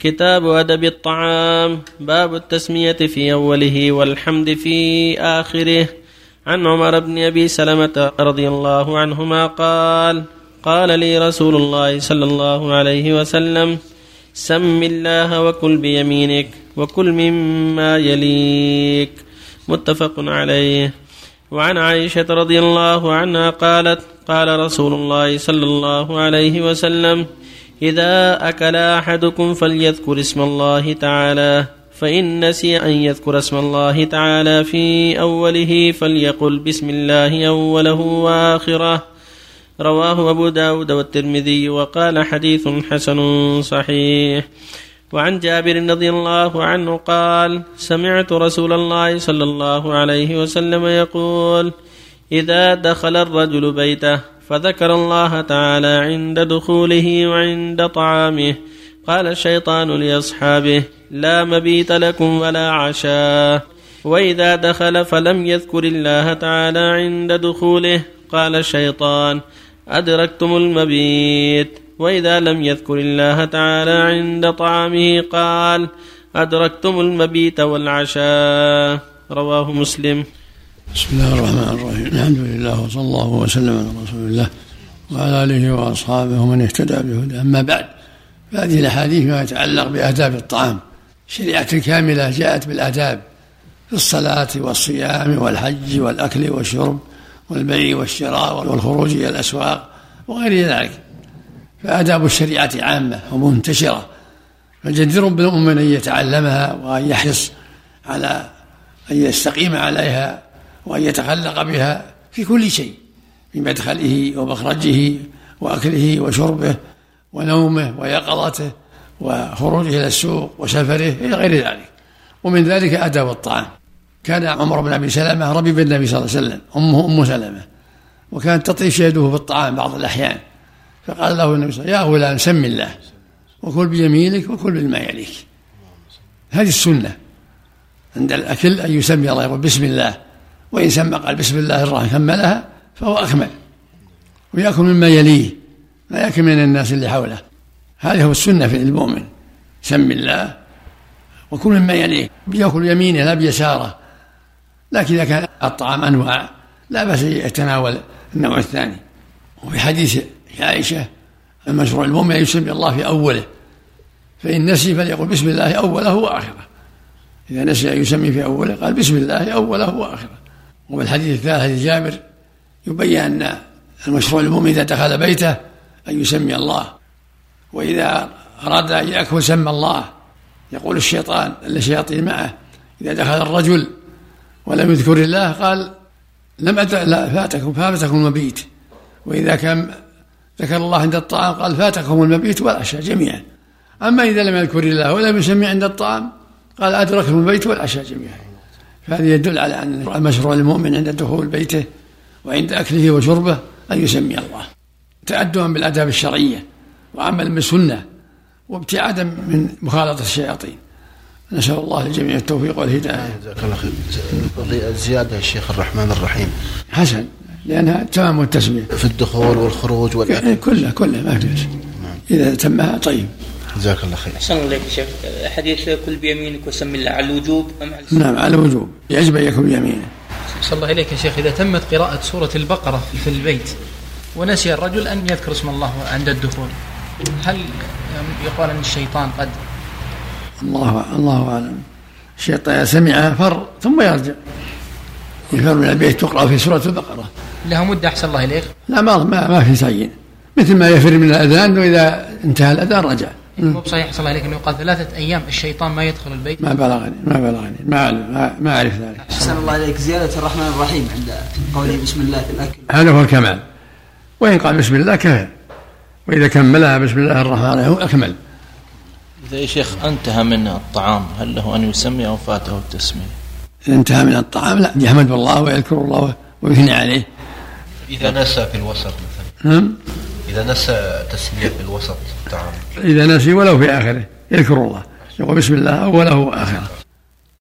كتاب أدب الطعام. باب التسمية في أوله والحمد في آخره. عن عمر بن أبي سلمة رضي الله عنهما قال: قال لي رسول الله صلى الله عليه وسلم: سم الله وكل بيمينك وكل مما يليك. متفق عليه. وعن عائشة رضي الله عنها قالت: قال رسول الله صلى الله عليه وسلم: إذا أكل أحدكم فليذكر اسم الله تعالى، فإن نسي أن يذكر اسم الله تعالى في أوله فليقل بسم الله أوله وآخره. رواه أبو داود والترمذي وقال حديث حسن صحيح. وعن جابر رضي الله عنه قال: سمعت رسول الله صلى الله عليه وسلم يقول: إذا دخل الرجل بيته فذكر الله تعالى عند دخوله وعند طعامه قال الشيطان لأصحابه: لا مبيت لكم ولا عشاء. وإذا دخل فلم يذكر الله تعالى عند دخوله قال الشيطان: أدركتم المبيت. وإذا لم يذكر الله تعالى عند طعامه قال: أدركتم المبيت والعشاء. رواه مسلم. بسم الله الرحمن الرحيم. الحمد لله وصلى الله وسلم على رسول الله وعلى آله وأصحابه ومن اهتدى بهداه. أما بعد، فهذه الأحاديث ما يتعلق بآداب الطعام. الشريعة الكاملة جاءت بالآداب في الصلاة والصيام والحج والأكل والشرب والبيع والشراء والخروج إلى الأسواق وغير ذلك. فآداب الشريعة عامة ومنتشرة، فجدير بالمؤمن أن يتعلمها وأن يحرص على أن يستقيم عليها وأن يتخلق بها في كل شيء، في مدخله ومخرجه وأكله وشربه ونومه ويقظته وخروجه إلى السوق وسفره إلى غير ذلك. ومن ذلك آداب الطعام. كان عمر بن أبي سلمة ربيب النبي صلى الله عليه وسلم، أمه أم سلمة، وكانت تطيش يده في الطعام بعض الأحيان، فقال له النبي صلى الله عليه وسلم: يا غلام سم الله وكل بيمينك وكل بالما يليك. هذه السنة عند الأكل أن يسمي الله، يقول بسم الله، وإن سمى قال بسم الله الرحمن كملها فهو أكمل، ويأكل مما يليه، لا يأكل من الناس اللي حوله. هذه هو السنة في المؤمن: سم الله وكل مما يليه، بيأكل يمينه لا بيساره. لكن إذا كان الطعام أنواع لا بأس يتناول النوع الثاني. وفي حديث عائشة: المشروع المؤمن يسمي الله في أوله، فإن نسي فليقل بسم الله أوله وآخره. إذا نسي أن يسمي في أوله قال بسم الله أوله وآخره. وبالحديث الثالث حديث جابر يبين أن المشروع المؤمن إذا دخل بيته أن يسمي الله، وإذا أراد أن يأكل سمى الله. يقول الشيطان الشياطين معه: إذا دخل الرجل ولم يذكر الله قال لم أدع لا فاتكم المبيت. وإذا كان ذكر الله عند الطعام قال فاتكم المبيت والعشاء جميعا. أما إذا لم يذكر الله ولم يسمي عند الطعام قال أدركهم المبيت والعشاء جميعا. فهذا يدل على أن المشروع المؤمن عند دخول بيته وعند أكله وشربه أن يسمي الله، تأدبا بالآداب الشرعية وعملا بالسنة وابتعادا من مخالطة الشياطين. نسأل الله للجميع التوفيق والهداية. جزاك الله خير. الزيادة الشيخ الرحمن الرحيم حسن، لأنها تمام التسمية في الدخول والخروج والأكل كله ما في شيء. إذا تمها طيب. جزاك الله خير. أحسن الله شيخ. حديث كل بيمينك وسم الله على الوجوب أم على نعم على الوجوب، يجب أن يكون بيمينه. أحسن الله إليك يا شيخ. إذا تمت قراءة سورة البقرة في البيت ونسي الرجل أن يذكر اسم الله عند الدخول، هل يقال أن الشيطان قد الله أعلم. الشيطان سمعها فر ثم يرجع، يفر من البيت تقرأ في سورة البقرة. لها مدة أحسن الله إليك؟ لا ما في تعيين، مثل ما يفر من الأذان وإذا انتهى الأذان رجع. مو بصحيح أحسن الله إليك أنه يقال 3 أيام الشيطان ما يدخل البيت؟ ما بلغني ما أعرف ذلك. أحسن الله إليك. زيادة الرحمن الرحيم عند قوله بسم الله في الأكل، هذا هو الكمال. وإن قال بسم الله كفى، وإذا كملها بسم الله الرحمن الرحيم أكمل. إذا يا شيخ انتهى من الطعام هل له أن يسمي أو فاته التسمية؟ إذا انتهى من الطعام لا، يحمد الله ويذكر الله ويثني عليه. إذا نسى في الوسط مثلا، إذا نسى تسمية في الوسط الطعام، إذا نسي ولو في آخره يذكر الله، يقول بسم الله أوله وآخره.